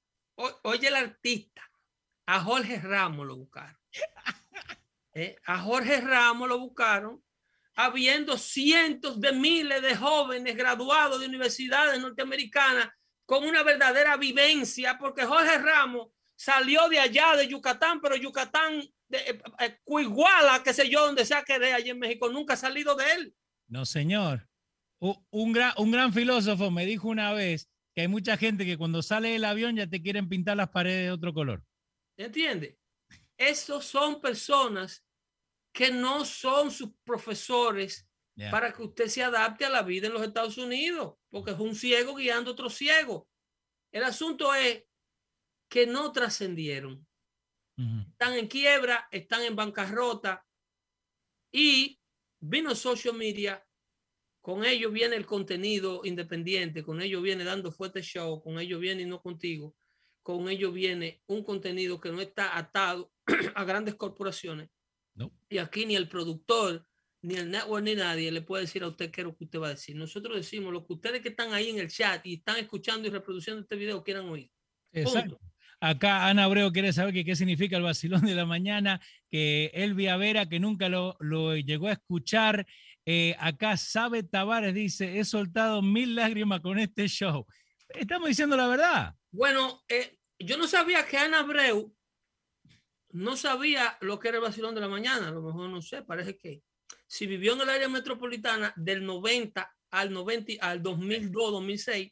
a Jorge Ramos lo buscaron. A Jorge Ramos lo buscaron habiendo cientos de miles de jóvenes graduados de universidades norteamericanas con una verdadera vivencia, porque Jorge Ramos salió de allá, de Yucatán, pero Yucatán, Cuiguala, qué sé yo, donde sea que de allí en México, nunca ha salido de él. No, señor. Un gran filósofo me dijo una vez que hay mucha gente que cuando sale del avión ya te quieren pintar las paredes de otro color. ¿Entiendes? Esos son personas que no son sus profesores para que usted se adapte a la vida en los Estados Unidos, porque es un ciego guiando a otro ciego. El asunto es que no trascendieron. Están en quiebra, están en bancarrota y vino social media. Con ello viene el contenido independiente, con ello viene dando fuerte show, con ello viene y no contigo, con ello viene un contenido que no está atado a grandes corporaciones. No. Y aquí ni el productor, ni el network, ni nadie le puede decir a usted qué es lo que usted va a decir. Nosotros decimos lo que ustedes que están ahí en el chat y están escuchando y reproduciendo este video quieran oír. Exacto. Acá Ana Abreu quiere saber qué significa el vacilón de la mañana, que Elvia Vera, que nunca lo llegó a escuchar. Acá Sabe Tavares dice, he soltado 1000 lágrimas con este show. Estamos diciendo la verdad. Bueno, yo no sabía que Ana Abreu no sabía lo que era el vacilón de la mañana. A lo mejor no sé, parece que si vivió en el área metropolitana del 90 al 2002, 2006,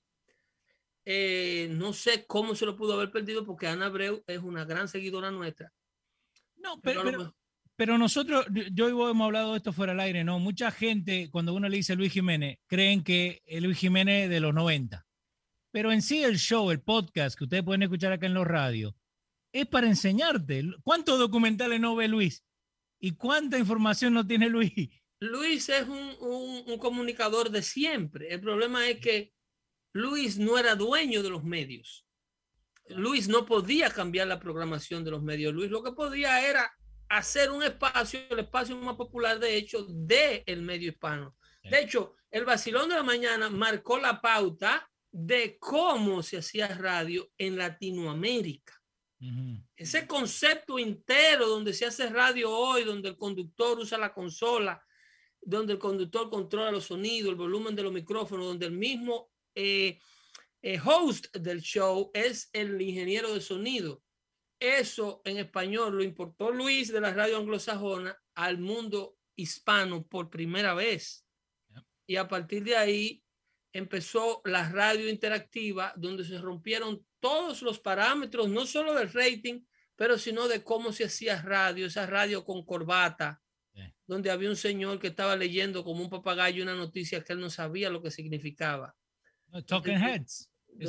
no sé cómo se lo pudo haber perdido porque Ana Abreu es una gran seguidora nuestra. No, Pero nosotros, yo y vos hemos hablado de esto fuera del aire, ¿no? Mucha gente, cuando uno le dice Luis Jiménez, creen que es Luis Jiménez de los 90. Pero en sí el show, el podcast que ustedes pueden escuchar acá en los radios, es para enseñarte. ¿Cuántos documentales no ve Luis? ¿Y cuánta información no tiene Luis? Luis es un comunicador de siempre. El problema es que Luis no era dueño de los medios. Luis no podía cambiar la programación de los medios. Luis lo que podía era hacer un espacio, el espacio más popular, de hecho, del medio hispano. De hecho, el Vacilón de la Mañana marcó la pauta de cómo se hacía radio en Latinoamérica. Ese concepto entero donde se hace radio hoy, donde el conductor usa la consola, donde el conductor controla los sonidos, el volumen de los micrófonos, donde el mismo host del show es el ingeniero de sonido. Eso en español lo importó Luis de la radio anglosajona al mundo hispano por primera vez. Y a partir de ahí empezó la radio interactiva, donde se rompieron todos los parámetros, no solo del rating, pero sino de cómo se hacía radio, esa radio con corbata, donde había un señor que estaba leyendo como un papagayo una noticia que él no sabía lo que significaba. Talking Heads.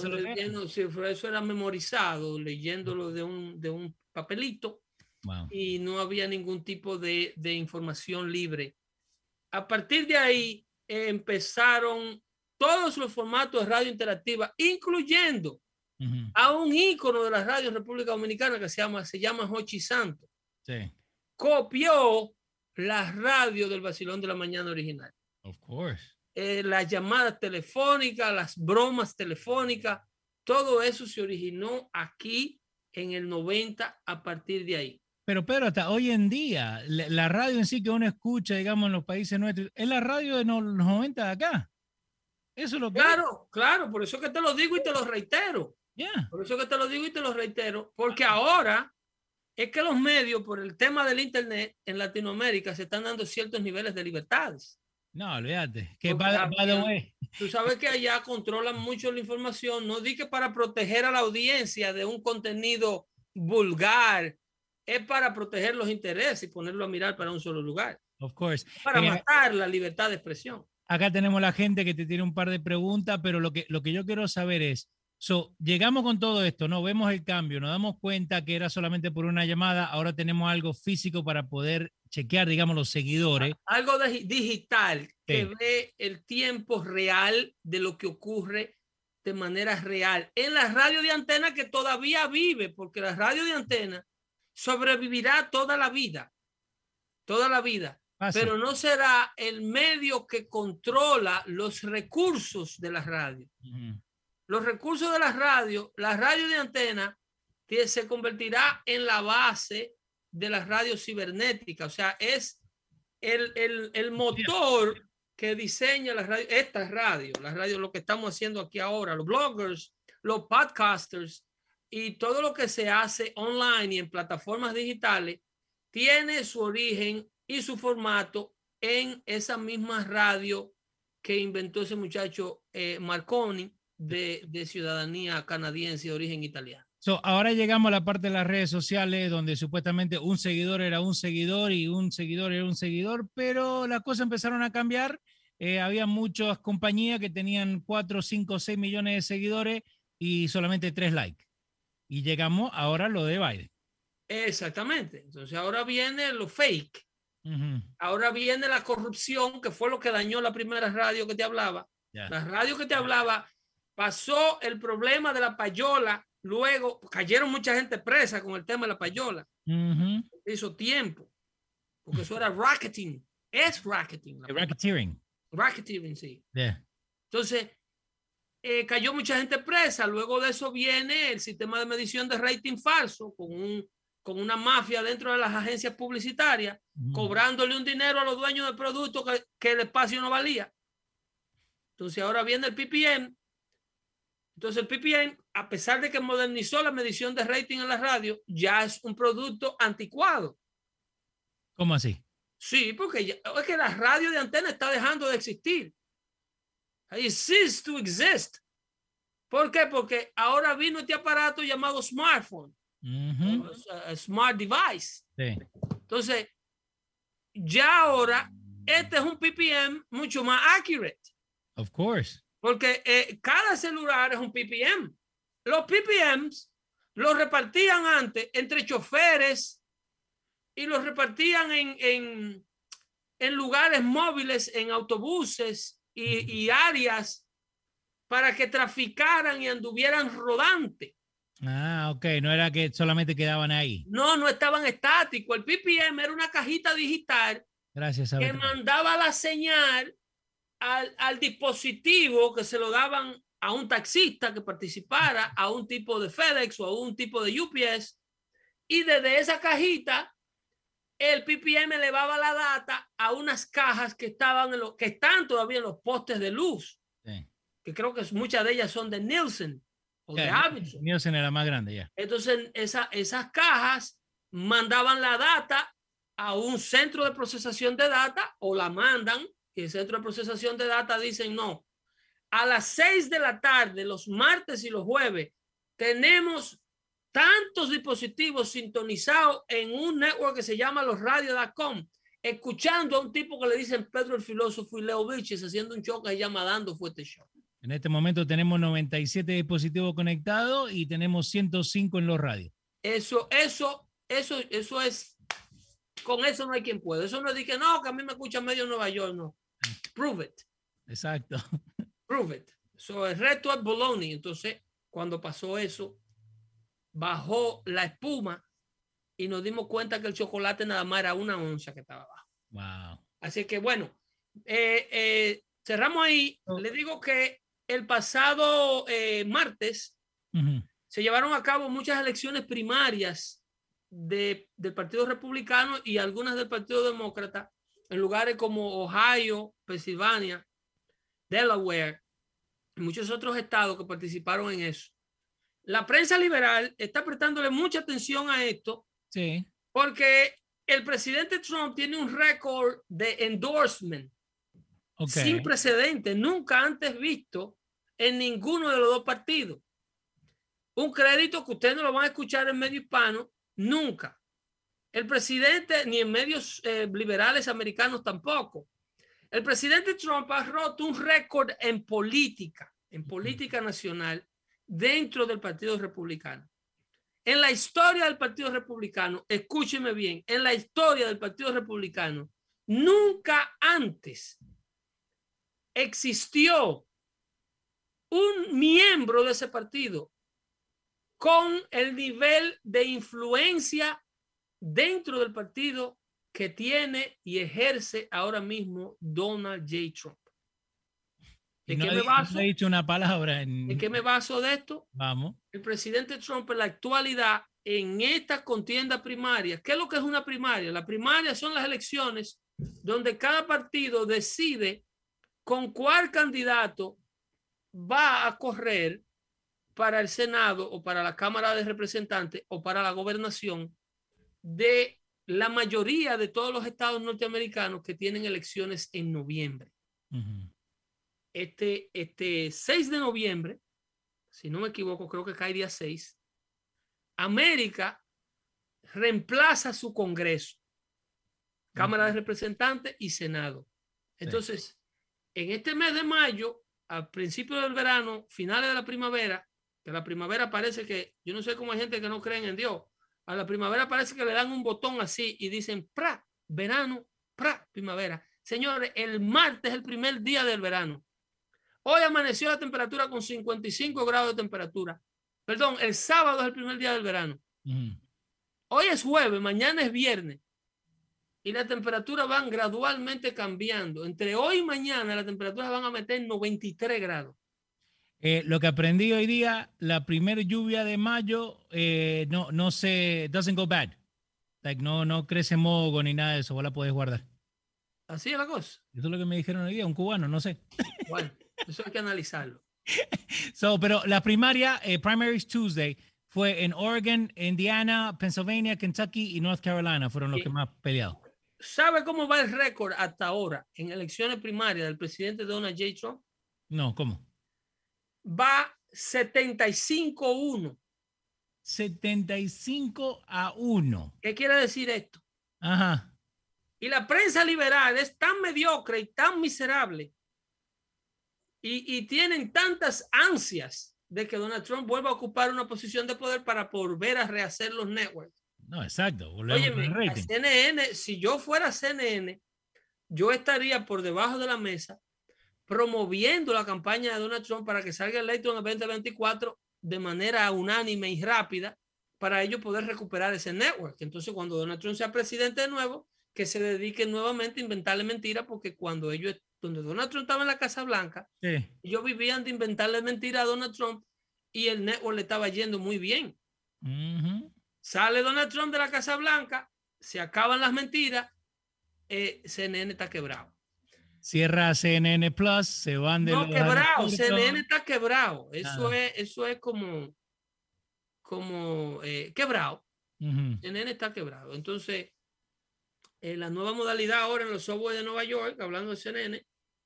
Eso era memorizado, leyéndolo de un papelito. Wow. Y no había ningún tipo de información libre. A partir de ahí empezaron todos los formatos de radio interactiva, incluyendo a un ícono de la radio en República Dominicana que se llama Jochi Santos. Sí. Copió la radio del Vacilón de la Mañana original. Of course. Las llamadas telefónicas, las bromas telefónicas, todo eso se originó aquí en el 90 a partir de ahí. Pero hasta hoy en día, la radio en sí que uno escucha, digamos, en los países nuestros, es la radio de los 90 de acá. Eso es lo que Claro, por eso que te lo digo y te lo reitero. Yeah. Por eso que te lo digo y te lo reitero, porque ahora es que los medios, por el tema del internet en Latinoamérica, se están dando ciertos niveles de libertades. No, olvídate. Que by the way. Tú sabes que allá controlan mucho la información, no di que para proteger a la audiencia de un contenido vulgar, es para proteger los intereses y ponerlo a mirar para un solo lugar. Of course. Para matar la libertad de expresión. Acá tenemos la gente que te tiene un par de preguntas, pero lo que yo quiero saber es, llegamos con todo esto, ¿no? Vemos el cambio, nos damos cuenta que era solamente por una llamada, ahora tenemos algo físico para poder chequear, digamos, los seguidores. Algo digital que ve el tiempo real de lo que ocurre de manera real. En la radio de antena que todavía vive, porque la radio de antena sobrevivirá toda la vida. Pero no será el medio que controla los recursos de la radio. Los recursos de la radio de antena se convertirá en la base de la radio cibernética. O sea, es el motor que diseña la radio, la radio, lo que estamos haciendo aquí ahora, los bloggers, los podcasters y todo lo que se hace online y en plataformas digitales tiene su origen y su formato en esa misma radio que inventó ese muchacho Marconi de ciudadanía canadiense de origen italiano. Ahora llegamos a la parte de las redes sociales donde supuestamente un seguidor era un seguidor y un seguidor era un seguidor, pero las cosas empezaron a cambiar. Había muchas compañías que tenían 4, 5, 6 millones de seguidores y solamente 3 likes. Y llegamos ahora a lo de Biden. Exactamente. Entonces ahora viene lo fake. Ahora viene la corrupción, que fue lo que dañó la primera radio que te hablaba. La radio que te hablaba pasó el problema de la payola. Luego cayeron mucha gente presa con el tema de la payola. Hizo tiempo. Porque eso era racketing. Es racketing. Racketeering, sí. Entonces, cayó mucha gente presa. Luego de eso viene el sistema de medición de rating falso con una mafia dentro de las agencias publicitarias, cobrándole un dinero a los dueños del producto que el espacio no valía. Entonces ahora viene el PPM. Entonces el PPM, a pesar de que modernizó la medición de rating en la radio, ya es un producto anticuado. ¿Cómo así? Sí, porque es que la radio de antena está dejando de existir. It ceased to exist. ¿Por qué? Porque ahora vino este aparato llamado smartphone. Smart device. Sí. Entonces, ya ahora este es un ppm mucho más accurate. Of course. Porque cada celular es un ppm. Los ppms los repartían antes entre choferes y los repartían en lugares móviles, en autobuses y áreas para que traficaran y anduvieran rodante. Ah, ok. No era que solamente quedaban ahí. No estaban estáticos. El ppm era una cajita digital. Gracias, que mandaba la señal al dispositivo que se lo daban a un taxista que participara, a un tipo de FedEx o a un tipo de UPS, y desde esa cajita el ppm elevaba la data a unas cajas que están todavía en los postes de luz, sí. Que creo que muchas de ellas son de Nielsen o de Avison. Nielsen era más grande ya. Entonces esas cajas mandaban la data a un centro de procesación de data o la mandan y el centro de procesación de data dicen no, a las 6 de la tarde los martes y los jueves tenemos tantos dispositivos sintonizados en un network que se llama losradio.com, escuchando a un tipo que le dicen Pedro el Filósofo y Leo Vilches haciendo un show que se llama Dando Fuerte Show. En este momento tenemos 97 dispositivos conectados y tenemos 105 en los radios. Eso es, con eso no hay quien pueda. Eso no es de que no, que a mí me escucha medio Nueva York, no. Prove it. Exacto. Prove it. So, el resto es baloney. Entonces, cuando pasó eso, bajó la espuma y nos dimos cuenta que el chocolate nada más era una onza que estaba abajo. Wow. Así que bueno, cerramos ahí. Le digo que el pasado martes se llevaron a cabo muchas elecciones primarias del Partido Republicano y algunas del Partido Demócrata en lugares como Ohio, Pensilvania, Delaware y muchos otros estados que participaron en eso. La prensa liberal está prestándole mucha atención a esto, sí, porque el presidente Trump tiene un récord de endorsement sin precedentes, nunca antes visto en ninguno de los dos partidos. Un crédito que ustedes no lo van a escuchar en medio hispano nunca. El presidente, ni en medios liberales americanos tampoco. El presidente Trump ha roto un récord en política nacional dentro del Partido Republicano. En la historia del Partido Republicano, escúcheme bien, en la historia del Partido Republicano, nunca antes existió un miembro de ese partido con el nivel de influencia dentro del partido que tiene y ejerce ahora mismo Donald J. Trump. ¿De qué me baso? No he dicho una palabra. ¿De qué me baso de esto? Vamos. El presidente Trump en la actualidad, en esta contienda primaria, ¿qué es lo que es una primaria? La primaria son las elecciones donde cada partido decide con cuál candidato va a correr para el Senado o para la Cámara de Representantes o para la gobernación de la mayoría de todos los estados norteamericanos que tienen elecciones en noviembre. Este 6 de noviembre, si no me equivoco, creo que cae día 6, América reemplaza su Congreso, Cámara de Representantes y Senado. Entonces, en este mes de mayo, al principio del verano, finales de la primavera, que la primavera parece que, yo no sé cómo hay gente que no cree en Dios, a la primavera parece que le dan un botón así y dicen, ¡pra! Verano, ¡pra! Primavera. Señores, el martes es el primer día del verano. Hoy amaneció la temperatura con 55 grados de temperatura. Perdón, el sábado es el primer día del verano. Hoy es jueves, mañana es viernes. Y las temperaturas van gradualmente cambiando. Entre hoy y mañana las temperaturas van a meter 93 grados. Lo que aprendí hoy día, la primera lluvia de mayo no se, doesn't go bad. Like, no crece mogo ni nada de eso, vos la podés guardar. Así es la cosa. Eso es lo que me dijeron hoy día, un cubano, no sé. Bueno, eso hay que analizarlo. Pero la primaria, Primaries Tuesday, fue en Oregon, Indiana, Pennsylvania, Kentucky y North Carolina, fueron los que más peleados. ¿Sabe cómo va el récord hasta ahora en elecciones primarias del presidente Donald J. Trump? No, ¿cómo? Va 75-1. 75-1. ¿Qué quiere decir esto? Ajá. Y la prensa liberal es tan mediocre y tan miserable y tienen tantas ansias de que Donald Trump vuelva a ocupar una posición de poder para volver a rehacer los networks. No, exacto. Óyeme, a CNN, si yo fuera CNN, yo estaría por debajo de la mesa promoviendo la campaña de Donald Trump para que salga electo en el 2024 de manera unánime y rápida para ellos poder recuperar ese network. Entonces, cuando Donald Trump sea presidente de nuevo, que se dediquen nuevamente a inventarle mentiras, porque cuando Donald Trump estaba en la Casa Blanca, sí, ellos vivían de inventarle mentiras a Donald Trump y el network le estaba yendo muy bien. Sale Donald Trump de la Casa Blanca, se acaban las mentiras, CNN está quebrado. Cierra CNN Plus, se van de... No, quebrado, CNN está quebrado. Eso es como quebrado. CNN está quebrado. Entonces, la nueva modalidad ahora en los subways de Nueva York, hablando de CNN,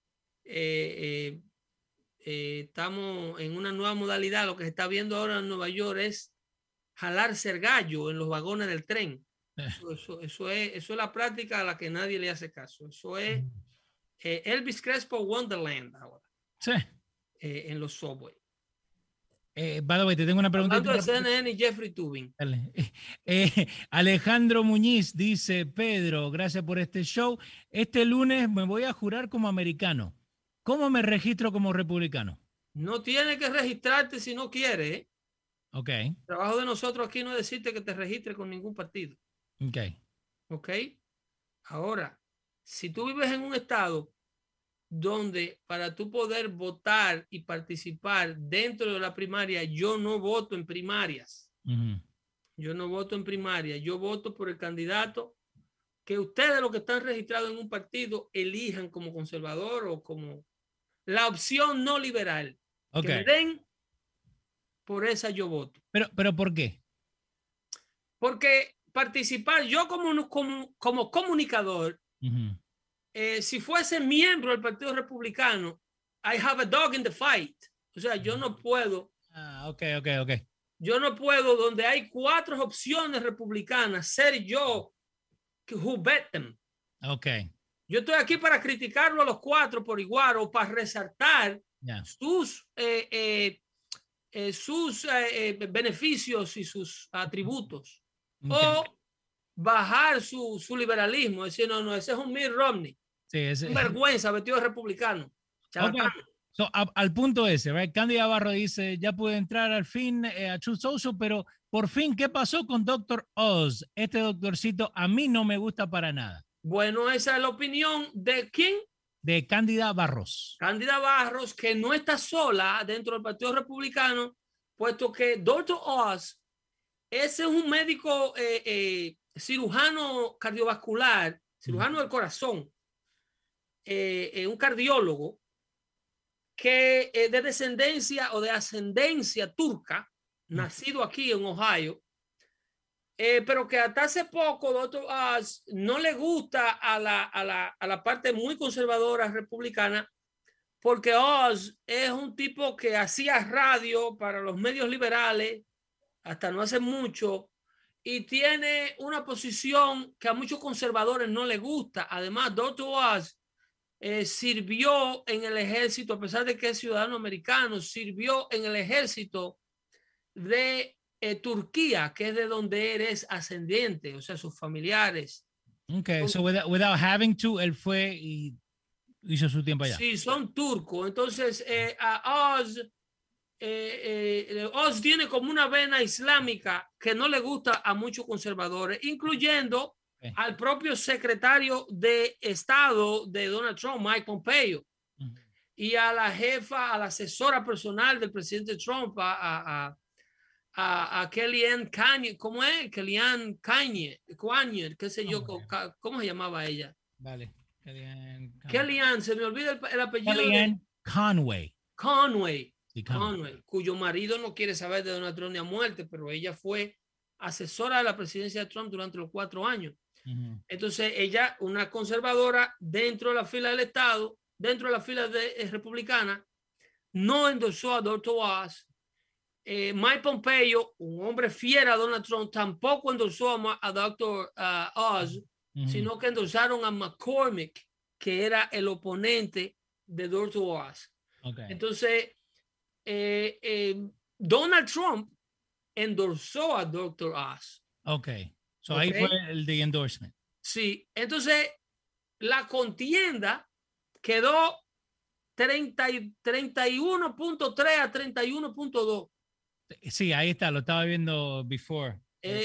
estamos en una nueva modalidad. Lo que se está viendo ahora en Nueva York es jalarse el gallo en los vagones del tren. Eso es la práctica a la que nadie le hace caso. Eso es Elvis Crespo Wonderland ahora. Sí. En los subways. By the way, te tengo una pregunta. Hablando de CNN y Jeffrey Tubin. Alejandro Muñiz dice: Pedro, gracias por este show. Este lunes me voy a jurar como americano. ¿Cómo me registro como republicano? No tienes que registrarte si no quieres. ¿Eh? Ok. El trabajo de nosotros aquí no es decirte que te registres con ningún partido. Ok. Ok. Ahora, si tú vives en un estado donde para tú poder votar y participar dentro de la primaria, yo no voto en primarias. Yo no voto en primaria. Yo voto por el candidato que ustedes, los que están registrados en un partido, elijan como conservador o como la opción no liberal. Okay. Que me den, por esa yo voto. ¿Pero por qué? Porque participar, yo como comunicador, si fuese miembro del Partido Republicano, I have a dog in the fight. O sea, yo no puedo. Ok. Yo no puedo, donde hay 4 opciones republicanas, ser yo who bet them. Ok. Yo estoy aquí para criticarlo a los 4 por igual o para resaltar sus beneficios y sus atributos. O bajar su liberalismo, decir, no, ese es un Mitt Romney. Sí, ese... vergüenza, vestido de republicano. Okay. So, al punto ese, right? Candy Navarro dice, ya pude entrar al fin a Truth Social, pero por fin, ¿qué pasó con Dr. Oz? Este doctorcito a mí no me gusta para nada. Bueno, esa es la opinión de ¿quién? De Cándida Barros. Cándida Barros, que no está sola dentro del Partido Republicano, puesto que Dr. Oz, ese es un médico cirujano cardiovascular, cirujano del corazón, un cardiólogo que de descendencia o de ascendencia turca, nacido aquí en Ohio, pero que hasta hace poco Dr. Oz no le gusta a la parte muy conservadora republicana, porque Oz es un tipo que hacía radio para los medios liberales hasta no hace mucho, y tiene una posición que a muchos conservadores no les gusta. Además, Dr. Oz sirvió en el ejército, a pesar de que es ciudadano americano, sirvió en el ejército de Turquía, que es de donde eres ascendiente, o sea, sus familiares. Ok, so without having to, él fue y hizo su tiempo allá. Sí, son turcos. Entonces, Oz tiene como una vena islámica que no le gusta a muchos conservadores, incluyendo al propio secretario de Estado de Donald Trump, Mike Pompeo, y a la jefa, a la asesora personal del presidente Trump, a Kellyanne Conway. ¿Cómo es? Kellyanne Conway, qué sé yo, ¿cómo se llamaba ella? Vale. Kellyanne, se me olvida el apellido. Kellyanne Conway. Conway, cuyo marido no quiere saber de Donald Trump ni a muerte, pero ella fue asesora de la presidencia de Trump durante los 4 años. Entonces ella, una conservadora dentro de la fila del Estado, dentro de la fila republicana, no endosó a Dr. Oz. Mike Pompeo, un hombre fiel a Donald Trump, tampoco endosó a Dr. Oz, sino que endorsaron a McCormick, que era el oponente de Dr. Oz. Okay. Entonces, Donald Trump endorsó a Dr. Oz. Ok. So ahí fue el de endorsement. Sí. Entonces, la contienda quedó 31.3 a 31.2. Sí, ahí está, lo estaba viendo before.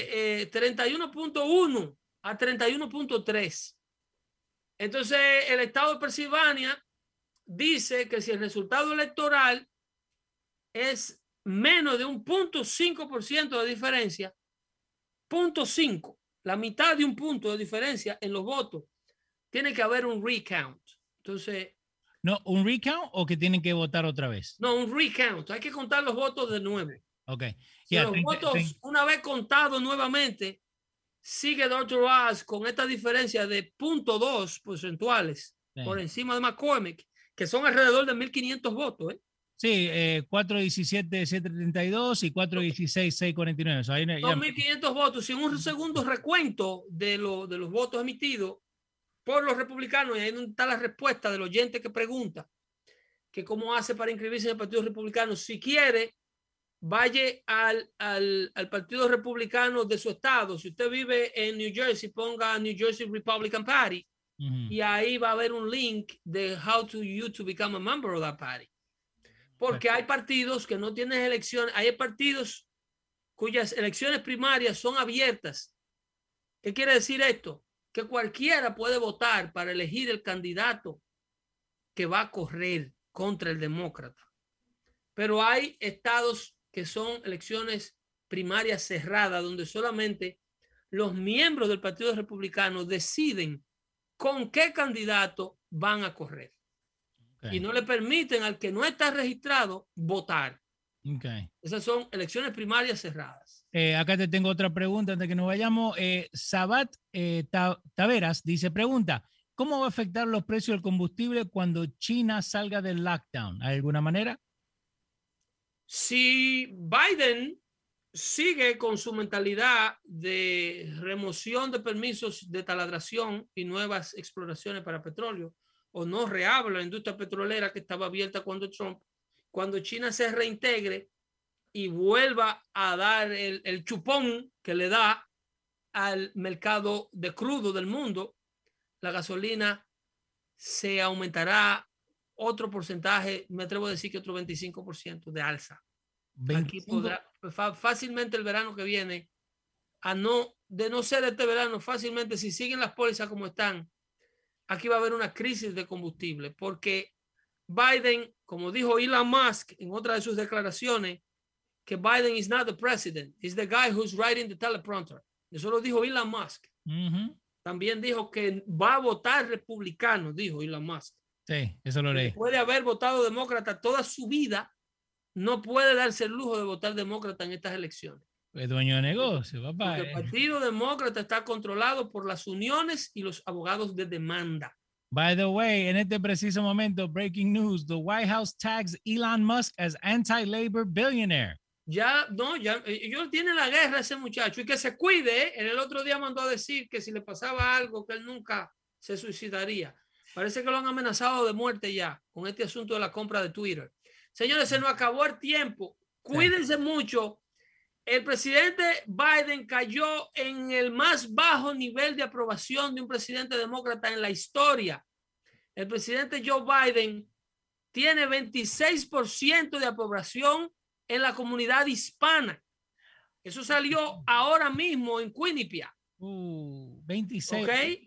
31.1 a 31.3. Entonces, el estado de Pensilvania dice que si el resultado electoral es menos de un 0.5% de diferencia, 0.5, la mitad de un punto de diferencia en los votos, tiene que haber un recount. Entonces, no, ¿un recount o que tienen que votar otra vez? No, un recount. Hay que contar los votos de nuevo. Ok. Si los votos, una vez contados nuevamente, sigue Dr. Oz con esta diferencia de 0.2 porcentuales por encima de McCormick, que son alrededor de 1.500 votos. Sí, 417, 732 y 416, 649. Son 1.500 votos. Sin un segundo recuento de los votos emitidos por los republicanos, y ahí está la respuesta del oyente que pregunta que cómo hace para inscribirse en el Partido Republicano. Si quiere, vaya al Partido Republicano de su estado. Si usted vive en New Jersey, ponga New Jersey Republican Party y ahí va a haber un link de how to you to become a member of that party. Porque hay partidos que no tienen elecciones, hay partidos cuyas elecciones primarias son abiertas. ¿Qué quiere decir esto? Que cualquiera puede votar para elegir el candidato que va a correr contra el demócrata. Pero hay estados que son elecciones primarias cerradas, donde solamente los miembros del Partido Republicano deciden con qué candidato van a correr. Y no le permiten al que no está registrado votar. Esas son elecciones primarias cerradas. Acá te tengo otra pregunta antes de que nos vayamos. Sabat Taveras dice, pregunta, ¿cómo va a afectar los precios del combustible cuando China salga del lockdown? ¿De alguna manera? Si Biden sigue con su mentalidad de remoción de permisos de taladración y nuevas exploraciones para petróleo, o no reabra la industria petrolera que estaba abierta cuando China se reintegre y vuelva a dar el chupón que le da al mercado de crudo del mundo, la gasolina se aumentará otro porcentaje, me atrevo a decir que otro 25% de alza. 25. Aquí podrá fácilmente el verano que viene, de no ser este verano, fácilmente si siguen las pólizas como están, aquí va a haber una crisis de combustible, porque Biden, como dijo Elon Musk en otra de sus declaraciones, que Biden is not the president, he's the guy who's writing the teleprompter. Eso lo dijo Elon Musk. También dijo que va a votar republicano, dijo Elon Musk. Sí, eso lo leí. Después de haber votado demócrata toda su vida, no puede darse el lujo de votar demócrata en estas elecciones. Es dueño de negocio, papá. Porque el Partido Demócrata está controlado por las uniones y los abogados de demanda. By the way, en este preciso momento, breaking news, the White House tags Elon Musk as anti-labor billionaire. Ellos tienen la guerra ese muchacho y que se cuide. En el otro día mandó a decir que si le pasaba algo, que él nunca se suicidaría. Parece que lo han amenazado de muerte ya con este asunto de la compra de Twitter. Señores, se nos acabó el tiempo. Cuídense mucho. El presidente Biden cayó en el más bajo nivel de aprobación de un presidente demócrata en la historia. El presidente Joe Biden tiene 26% de aprobación en la comunidad hispana. Eso salió ahora mismo en Quinnipiac. 26. ¿Okay?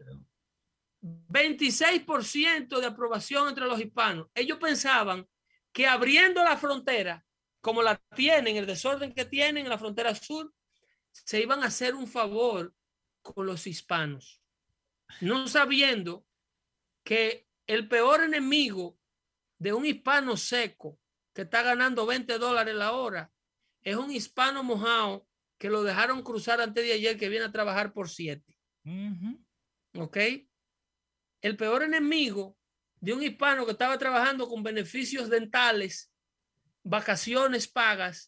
26% de aprobación entre los hispanos. Ellos pensaban que abriendo la frontera, como la tienen, el desorden que tienen en la frontera sur, se iban a hacer un favor con los hispanos, no sabiendo que el peor enemigo de un hispano seco que está ganando $20 la hora es un hispano mojado que lo dejaron cruzar antes de ayer, que viene a trabajar por 7. ¿Ok? El peor enemigo de un hispano que estaba trabajando con beneficios dentales, vacaciones pagas,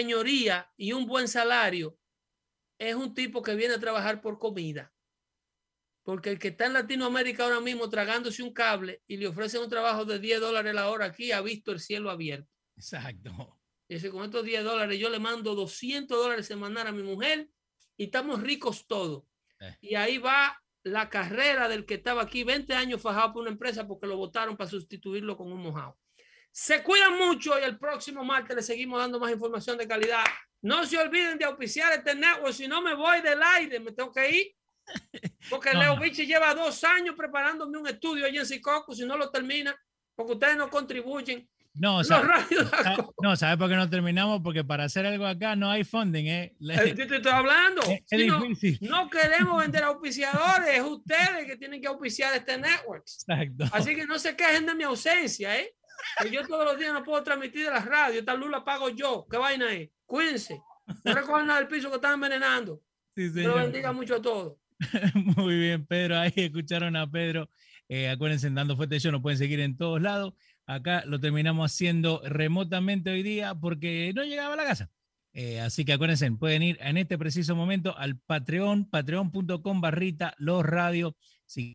señoría y un buen salario, es un tipo que viene a trabajar por comida. Porque el que está en Latinoamérica ahora mismo tragándose un cable y le ofrecen un trabajo de $10 la hora aquí, ha visto el cielo abierto. Exacto. Dice, con estos $10 yo le mando $200 semanal a mi mujer y estamos ricos todos. Y ahí va la carrera del que estaba aquí 20 años fajado por una empresa porque lo votaron para sustituirlo con un mojado. Se cuidan mucho y el próximo martes les seguimos dando más información de calidad. No se olviden de auspiciar este network, si no me voy del aire, me tengo que ir. Porque Leo Vichy lleva 2 años preparándome un estudio allí en Sicoco, si no lo termina, porque ustedes no contribuyen. No, ¿sabes por qué no terminamos? Porque para hacer algo acá no hay funding, ¿eh? Te estoy hablando. Es no queremos vender auspiciadores, es ustedes que tienen que auspiciar este network. Exacto. Así que no se quejen de mi ausencia, ¿eh? Que yo todos los días no puedo transmitir de la radio, esta luz la pago yo. ¿Qué vaina es? Cuídense. No recojan nada del piso que están envenenando. Sí, Dios lo bendiga mucho a todos. Muy bien, Pedro. Ahí escucharon a Pedro. Acuérdense, Dando Fuerte Show, nos pueden seguir en todos lados. Acá lo terminamos haciendo remotamente hoy día porque no llegaba a la casa. Así que acuérdense, pueden ir en este preciso momento al Patreon, patreon.com/losradio.